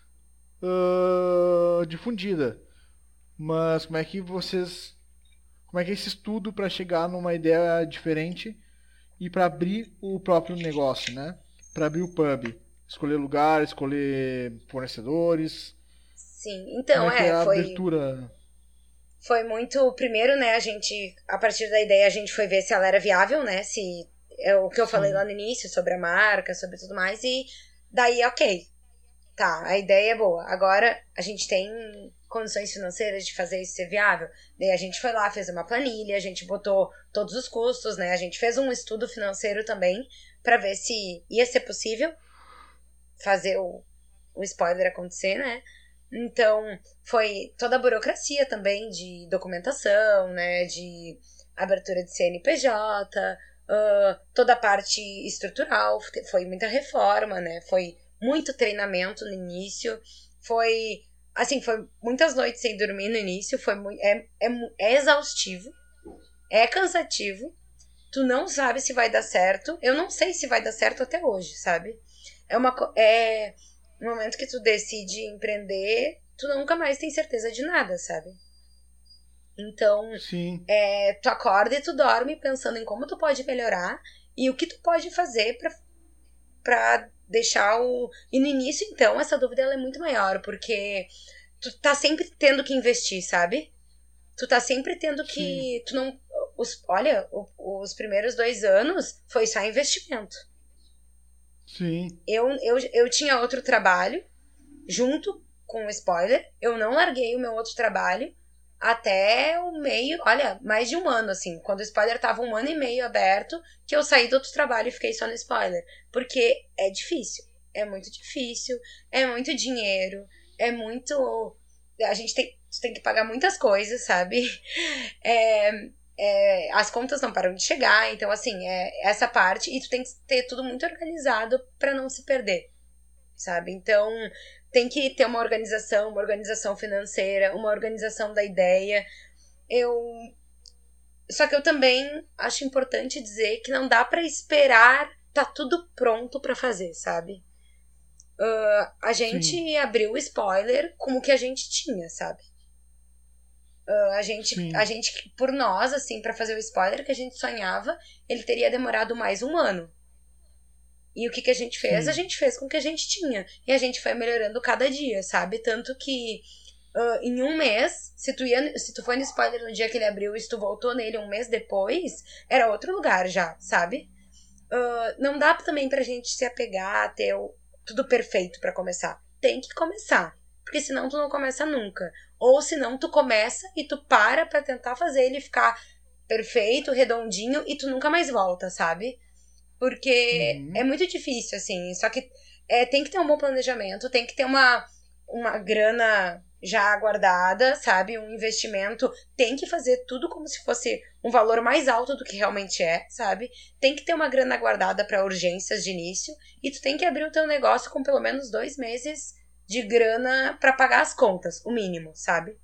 ah, difundida. Mas como é que vocês. Como é que é esse estudo para chegar numa ideia diferente e para abrir o próprio negócio, né? Para abrir o pub, escolher lugar, escolher fornecedores. Sim, Como então, é que é é, a foi, abertura? foi muito. Primeiro, né, a gente, a partir da ideia, a gente foi ver se ela era viável, né? Se é o que eu falei lá Sim. no início sobre a marca, sobre tudo mais, e daí, ok, tá, a ideia é boa. Agora a gente tem condições financeiras de fazer isso ser viável. Daí a gente foi lá, fez uma planilha, a gente botou todos os custos, né? A gente fez um estudo financeiro também pra ver se ia ser possível fazer o, o spoiler acontecer, né? Então, foi toda a burocracia também de documentação, né, de abertura de C N P J, uh, toda a parte estrutural, foi muita reforma, né, foi muito treinamento no início, foi, assim, foi muitas noites sem dormir no início, foi muito, é, é, é exaustivo, é cansativo, tu não sabe se vai dar certo, eu não sei se vai dar certo até hoje, sabe? É uma, é, no momento que tu decide empreender, tu nunca mais tem certeza de nada, sabe? Então, Sim. É, tu acorda e tu dorme pensando em como tu pode melhorar e o que tu pode fazer pra, pra deixar o... E no início, então, essa dúvida ela é muito maior, porque tu tá sempre tendo que investir, sabe? Tu tá sempre tendo que... Sim. Tu não... Os, olha, os primeiros dois anos foi só investimento. Sim. Eu, eu, eu tinha outro trabalho, junto com o spoiler. Eu não larguei o meu outro trabalho até o meio, olha, mais de um ano, assim. Quando o spoiler tava um ano e meio aberto, que eu saí do outro trabalho e fiquei só no spoiler. Porque é difícil. É muito difícil. É muito dinheiro. É muito... A gente tem, tem que pagar muitas coisas, sabe? É... É, as contas não param de chegar, então assim, é essa parte, e tu tem que ter tudo muito organizado pra não se perder, sabe? Então, tem que ter uma organização, uma organização financeira, uma organização da ideia. Eu Só que eu também acho importante dizer que não dá pra esperar tá tudo pronto pra fazer, sabe? Uh, a gente Sim. abriu o spoiler com o que a gente tinha, sabe? Uh, a gente, a Sim. gente, por nós, assim, pra fazer o spoiler que a gente sonhava, ele teria demorado mais um ano. E o que, que a gente fez? A Sim. gente fez com o que a gente tinha. E a gente foi melhorando cada dia, sabe? Tanto que uh, em um mês, se tu, ia, se tu foi no spoiler no dia que ele abriu e se tu voltou nele um mês depois, era outro lugar já, sabe? Uh, não dá também pra gente se apegar a ter o, tudo perfeito pra começar. Tem que começar. Porque senão tu não começa nunca. Ou senão tu começa e tu para pra tentar fazer ele ficar perfeito, redondinho, e tu nunca mais volta, sabe? Porque é Uhum. muito difícil, assim. Só que é, tem que ter um bom planejamento, tem que ter uma, uma grana já guardada, sabe? Um investimento. Tem que fazer tudo como se fosse um valor mais alto do que realmente é, sabe? Tem que ter uma grana guardada para urgências de início. E tu tem que abrir o teu negócio com pelo menos dois meses de grana para pagar as contas, o mínimo, sabe?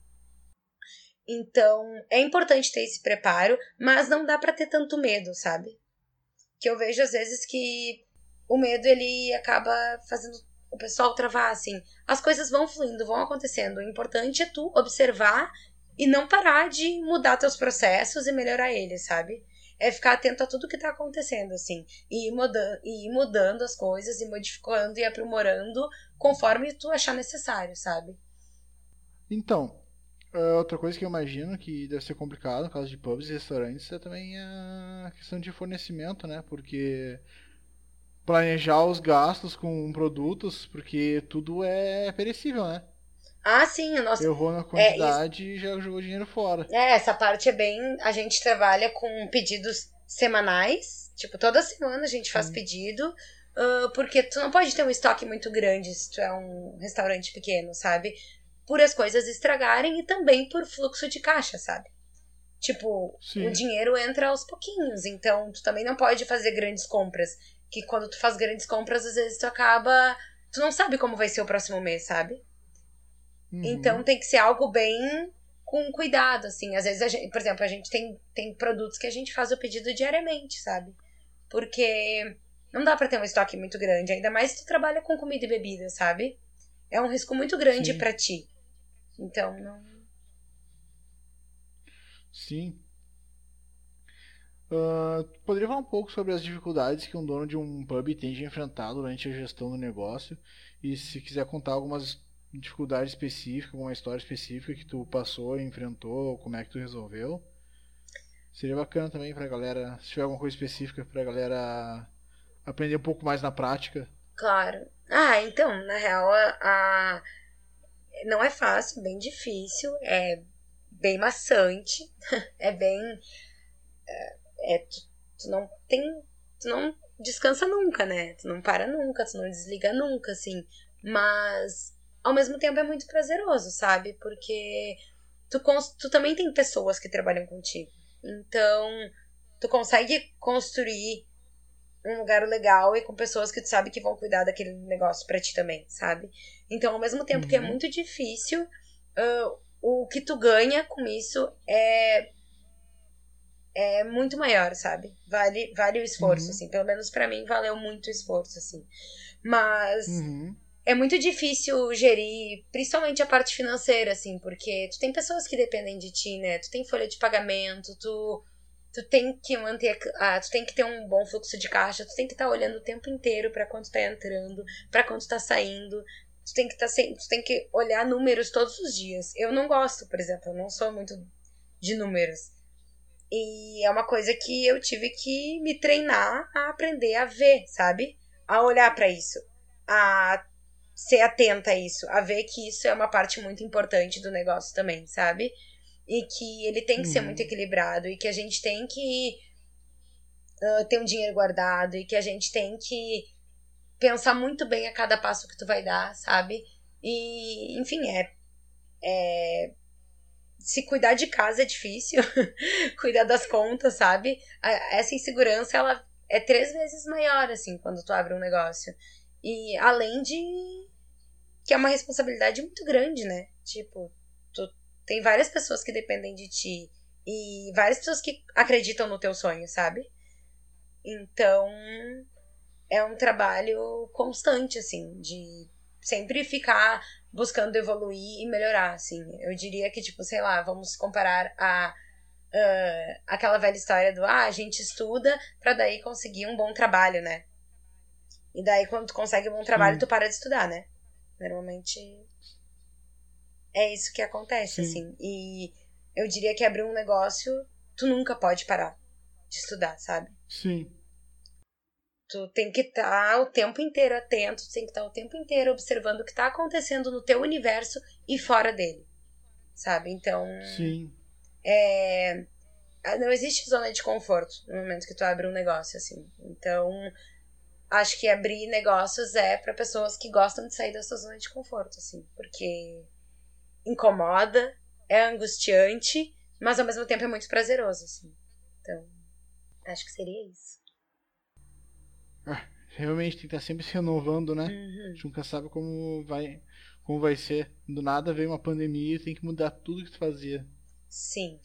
Então, é importante ter esse preparo, mas não dá para ter tanto medo, sabe? Que eu vejo às vezes que o medo ele acaba fazendo o pessoal travar, assim. As coisas vão fluindo, vão acontecendo. O importante é tu observar e não parar de mudar teus processos e melhorar eles, sabe? É ficar atento a tudo que tá acontecendo, assim. E ir mudando, e ir mudando as coisas, e modificando e aprimorando conforme tu achar necessário, sabe? Então, é, outra coisa que eu imagino que deve ser complicado no caso de pubs e restaurantes é também a questão de fornecimento, né? Porque planejar os gastos com produtos, porque tudo é perecível, né? Ah, sim, o nosso. Errou na É, isso, quantidade e já jogou dinheiro fora. é, essa parte é bem. A gente trabalha com pedidos semanais. Tipo, toda semana a gente faz Sim, pedido. Uh, porque tu não pode ter um estoque muito grande se tu é um restaurante pequeno, sabe? Por as coisas estragarem e também por fluxo de caixa, sabe? Tipo, o sim. dinheiro entra aos pouquinhos, então tu também não pode fazer grandes compras. Que quando tu faz grandes compras, às vezes tu acaba. Tu não sabe como vai ser o próximo mês, sabe? Então Uhum. tem que ser algo bem com cuidado, assim. Às vezes, a gente, por exemplo, a gente tem, tem produtos que a gente faz o pedido diariamente, sabe? Porque não dá pra ter um estoque muito grande, ainda mais se tu trabalha com comida e bebida, sabe? É um risco muito grande Sim, pra ti. Então, não. sim. Ah, poderia falar um pouco sobre as dificuldades que um dono de um pub tem de enfrentar durante a gestão do negócio? E se quiser contar algumas dificuldades específicas, alguma história específica que tu passou, enfrentou, como é que tu resolveu? Seria bacana também pra galera, se tiver alguma coisa específica pra galera aprender um pouco mais na prática. Claro. Ah, então, na real, a, a- não é fácil, bem difícil, é bem maçante, é bem. É, tu, tu não tem. Tu não descansa nunca, né? Tu não para nunca, tu não desliga nunca, assim. Mas. ao mesmo tempo é muito prazeroso, sabe? Porque tu, cons- tu também tem pessoas que trabalham contigo. Então, tu consegue construir um lugar legal e com pessoas que tu sabe que vão cuidar daquele negócio pra ti também, sabe? Então, ao mesmo tempo que é Uhum. muito difícil, ah, o que tu ganha com isso é, é muito maior, sabe? Vale, vale o esforço, Uhum. assim. Pelo menos pra mim, valeu muito o esforço, assim. Mas Uhum. é muito difícil gerir, principalmente a parte financeira, assim, porque tu tem pessoas que dependem de ti, né? Tu tem folha de pagamento, tu, tu tem que manter, ah, tu tem que ter um bom fluxo de caixa, tu tem que estar olhando o tempo inteiro pra quanto tá entrando, pra quanto tá saindo. Tu tem que tá sem, tu tem que olhar números todos os dias. Eu não gosto, por exemplo, eu não sou muito de números. E é uma coisa que eu tive que me treinar a aprender a ver, sabe? A olhar pra isso, a ser atenta a isso, a ver que isso é uma parte muito importante do negócio também, sabe? E que ele tem que ser muito Uhum. equilibrado e que a gente tem que uh, ter um dinheiro guardado e que a gente tem que pensar muito bem a cada passo que tu vai dar, sabe? E, enfim, é, é se cuidar de casa é difícil, cuidar das contas, sabe? Essa insegurança, ela é três vezes maior, assim, quando tu abre um negócio. E além de que é uma responsabilidade muito grande, né? Tipo, tu tem várias pessoas que dependem de ti e várias pessoas que acreditam no teu sonho, sabe? Então, é um trabalho constante, assim, de sempre ficar buscando evoluir e melhorar, assim. Eu diria que, tipo, sei lá, vamos comparar a uh, aquela velha história do ah, a gente estuda pra daí conseguir um bom trabalho, né? E daí, quando tu consegue um bom trabalho, tu Sim. para de estudar, né? Normalmente é isso que acontece, Sim. assim. E eu diria que abrir um negócio, tu nunca pode parar de estudar, sabe? Sim. Tu tem que estar o tempo inteiro atento, tu tem que estar o tempo inteiro observando o que está acontecendo no teu universo e fora dele, sabe? Então, Sim. é... não existe zona de conforto no momento que tu abre um negócio, assim. Então, acho que abrir negócios é para pessoas que gostam de sair da sua zona de conforto, assim, porque incomoda, é angustiante, mas ao mesmo tempo é muito prazeroso, assim. Então, acho que seria isso. Ah, realmente tem que estar sempre se renovando, né? A Uhum. gente nunca sabe como vai, como vai ser. Do nada veio uma pandemia e tem que mudar tudo que tu fazia. Sim.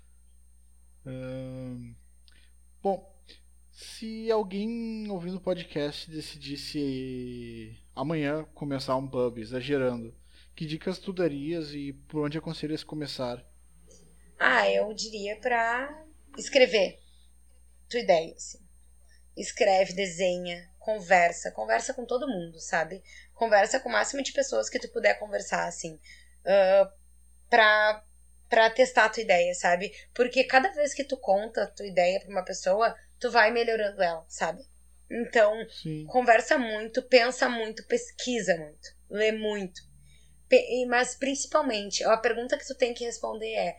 Ahn, Bom, se alguém ouvindo o podcast decidisse amanhã começar um pub, exagerando, que dicas tu darias e por onde aconselhas começar? Ah, eu diria pra escrever tua ideia, assim. Escreve, desenha, conversa. Conversa com todo mundo, sabe? Conversa com o máximo de pessoas que tu puder conversar, assim. Uh, pra, pra testar a tua ideia, sabe? Porque cada vez que tu conta a tua ideia pra uma pessoa, tu vai melhorando ela, sabe? Então, Sim, conversa muito, pensa muito, pesquisa muito, lê muito. Pe- Mas principalmente, a pergunta que tu tem que responder é: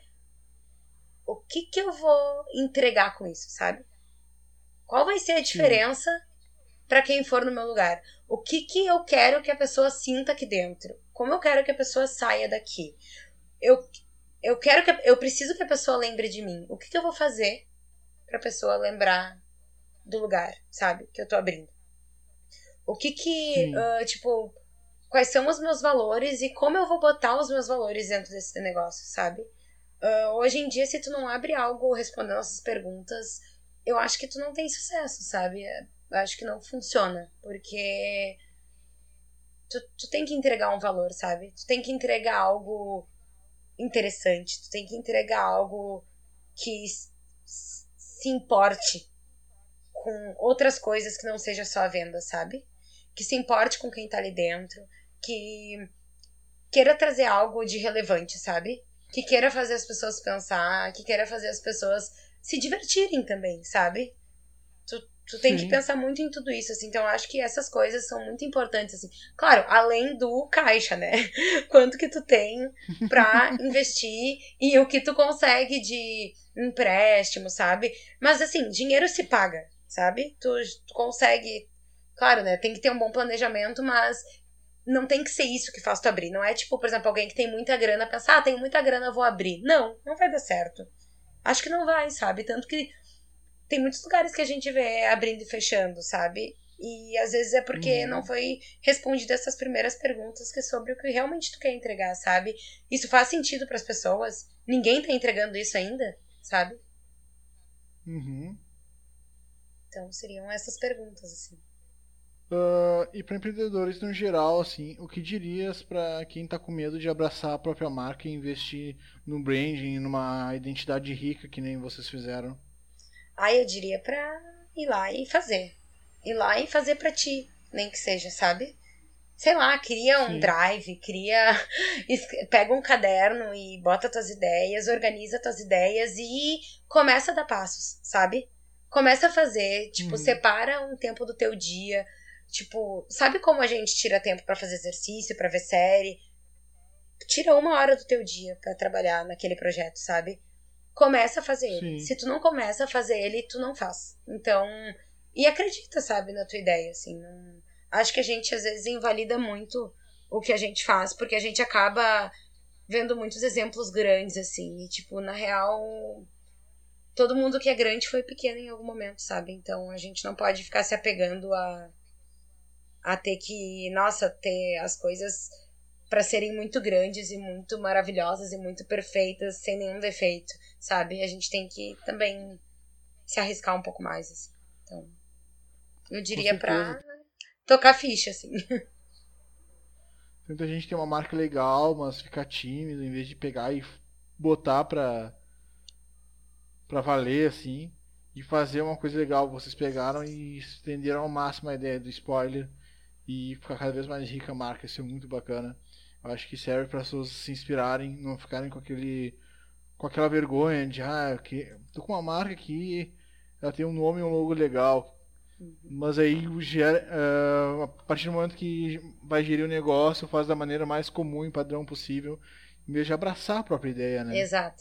o que que eu vou entregar com isso, sabe? Qual vai ser a sim, diferença para quem for no meu lugar? O que que eu quero que a pessoa sinta aqui dentro? Como eu quero que a pessoa saia daqui? Eu eu quero que eu preciso que a pessoa lembre de mim. O que que eu vou fazer para a pessoa lembrar do lugar, sabe? Que eu tô abrindo. O que que, sim, uh, tipo, quais são os meus valores e como eu vou botar os meus valores dentro desse negócio, sabe? Uh, hoje em dia, se tu não abre algo respondendo essas perguntas, eu acho que tu não tem sucesso, sabe? Eu acho que não funciona, porque tu, tu tem que entregar um valor, sabe? Tu tem que entregar algo interessante, tu tem que entregar algo que s- se importe com outras coisas que não seja só a venda, sabe? Que se importe com quem tá ali dentro, que queira trazer algo de relevante, sabe? Que queira fazer as pessoas pensar, que queira fazer as pessoas se divertirem também, sabe? Tu, tu tem que sim, pensar muito em tudo isso, assim. Então, eu acho que essas coisas são muito importantes, assim. Claro, além do caixa, né? Quanto que tu tem pra investir e o que tu consegue de empréstimo, sabe? Mas, assim, dinheiro se paga, sabe? Tu, tu consegue... Claro, né? Tem que ter um bom planejamento, mas não tem que ser isso que faz tu abrir. Não é tipo, por exemplo, alguém que tem muita grana pensar, ah, tenho muita grana, vou abrir. Não, não vai dar certo. Acho que não vai, sabe? Tanto que tem muitos lugares que a gente vê abrindo e fechando, sabe? E às vezes é porque Uhum. não foi respondido essas primeiras perguntas que é sobre o que realmente tu quer entregar, sabe? Isso faz sentido pras pessoas? Ninguém tá entregando isso ainda, sabe? Uhum. Então seriam essas perguntas, assim. Uh, e para empreendedores no geral, assim, o que dirias para quem tá com medo de abraçar a própria marca e investir no branding, numa identidade rica que nem vocês fizeram? Aí eu diria pra ir lá e fazer. Ir lá e fazer pra ti, nem que seja, sabe? Sei lá, cria um Sim. drive, cria. Pega um caderno e bota tuas ideias, organiza tuas ideias e começa a dar passos, sabe? Começa a fazer, tipo, Uhum. separa um tempo do teu dia. Tipo, sabe como a gente tira tempo pra fazer exercício, pra ver série? Tira uma hora do teu dia pra trabalhar naquele projeto, sabe? Começa a fazer ele. Sim. Se tu não começa a fazer ele, tu não faz. Então, e acredita, sabe, na tua ideia, assim. Não... Acho que a gente, às vezes, invalida muito o que a gente faz, porque a gente acaba vendo muitos exemplos grandes, assim. E, tipo, na real, todo mundo que é grande foi pequeno em algum momento, sabe? Então, a gente não pode ficar se apegando a, a ter que, nossa, ter as coisas para serem muito grandes e muito maravilhosas e muito perfeitas, sem nenhum defeito, sabe? A gente tem que também se arriscar um pouco mais, assim. Então, eu Com diria certeza. pra tocar ficha, assim. Muita gente tem uma marca legal, mas fica tímido em vez de pegar e botar pra, pra valer, assim, e fazer uma coisa legal. Vocês pegaram e estenderam ao máximo a ideia do spoiler e ficar cada vez mais rica a marca. Isso é muito bacana. Eu acho que serve para as pessoas se inspirarem, não ficarem com aquele com aquela vergonha de ah, que tô com uma marca aqui, ela tem um nome e um logo legal. Mas aí gera, uh, a partir do momento que vai gerir o negócio, faz da maneira mais comum e padrão possível, em vez de abraçar a própria ideia, né? Exato.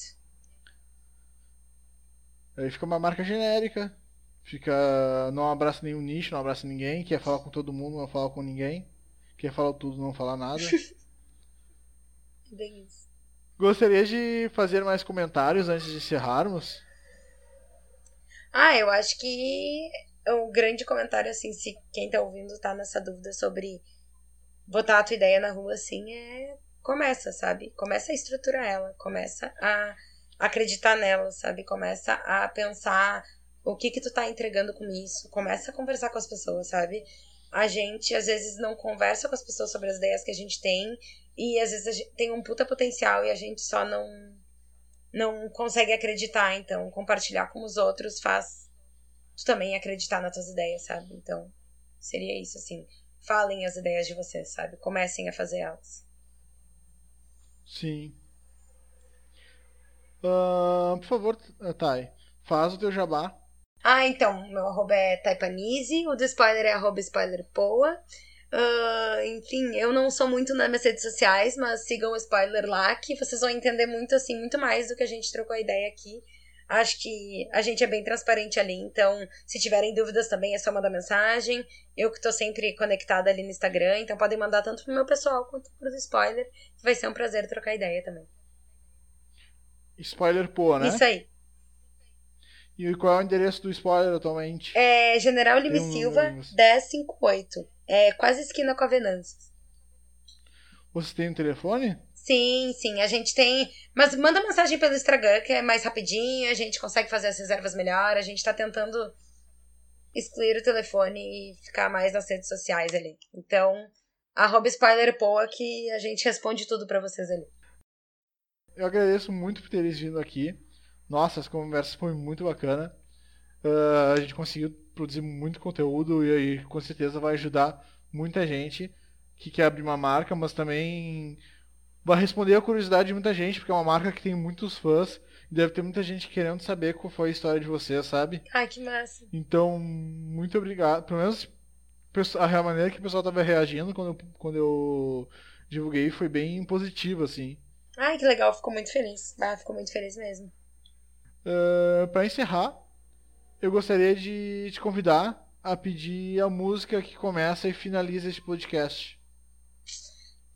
Aí fica uma marca genérica, fica não abraça nenhum nicho, não abraça ninguém, quer falar com todo mundo, não fala com ninguém, quer falar tudo, não fala nada. Bem isso. Gostaria de fazer mais comentários antes de encerrarmos. Ah, eu acho que o grande comentário, assim, se quem tá ouvindo tá nessa dúvida sobre botar a tua ideia na rua, assim, é... Começa, sabe? Começa a estruturar ela, começa a acreditar nela, sabe? Começa a pensar o que que tu tá entregando com isso, começa a conversar com as pessoas, sabe? A gente, às vezes, não conversa com as pessoas sobre as ideias que a gente tem e, às vezes, a gente tem um puta potencial e a gente só não, não consegue acreditar. Então, compartilhar com os outros faz tu também acreditar nas tuas ideias, sabe? Então, seria isso, assim. Falem as ideias de vocês, sabe? Comecem a fazer elas. Sim. Uh, por favor, Thay, faz o teu jabá. Ah, então, meu arroba é Taipanise, o do spoiler é arroba spoilerpoa. Uh, enfim, eu não sou muito nas minhas redes sociais, mas sigam o spoiler lá, que vocês vão entender muito, assim, muito mais do que a gente trocou a ideia aqui. Acho que a gente é bem transparente ali, então se tiverem dúvidas também é só mandar mensagem. Eu que tô sempre conectada ali no Instagram, então podem mandar tanto pro meu pessoal quanto pro do spoiler, que vai ser um prazer trocar ideia também. Spoiler Poa, Isso né? aí. E qual é o endereço do spoiler atualmente? É General Lime Tem um Silva, número. dez cinquenta e oito. É quase esquina com a Venâncias. Você tem um telefone? Sim, sim, a gente tem. Mas manda mensagem pelo Instagram, que é mais rapidinho, a gente consegue fazer as reservas melhor. A gente tá tentando excluir o telefone e ficar mais nas redes sociais ali. Então, arroba spoilerpoa que a gente responde tudo pra vocês ali. Eu agradeço muito por teres vindo aqui. Nossa, essa conversa foi muito bacana. Uh, a gente conseguiu produzir muito conteúdo e aí com certeza vai ajudar muita gente que quer abrir uma marca, mas também vai responder a curiosidade de muita gente, porque é uma marca que tem muitos fãs e deve ter muita gente querendo saber qual foi a história de vocês, sabe? Ai, que massa. Então, muito obrigado. Pelo menos a maneira que o pessoal estava reagindo quando eu, quando eu divulguei foi bem positiva, assim. Ai, que legal, ficou muito feliz. Ah, ficou muito feliz mesmo. Uh, para encerrar, eu gostaria de te convidar a pedir a música que começa e finaliza este podcast.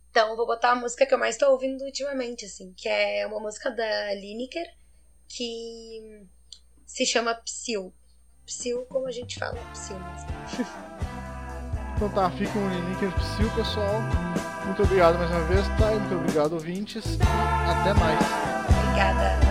Então vou botar a música que eu mais tô ouvindo ultimamente, assim, que é uma música da Lineker, que se chama Psyll. Psyll, como a gente fala, Psyll mesmo. Então tá, fica um Lineker Psyll, pessoal. Muito obrigado mais uma vez, tá? Muito obrigado, ouvintes. E até mais. Obrigada.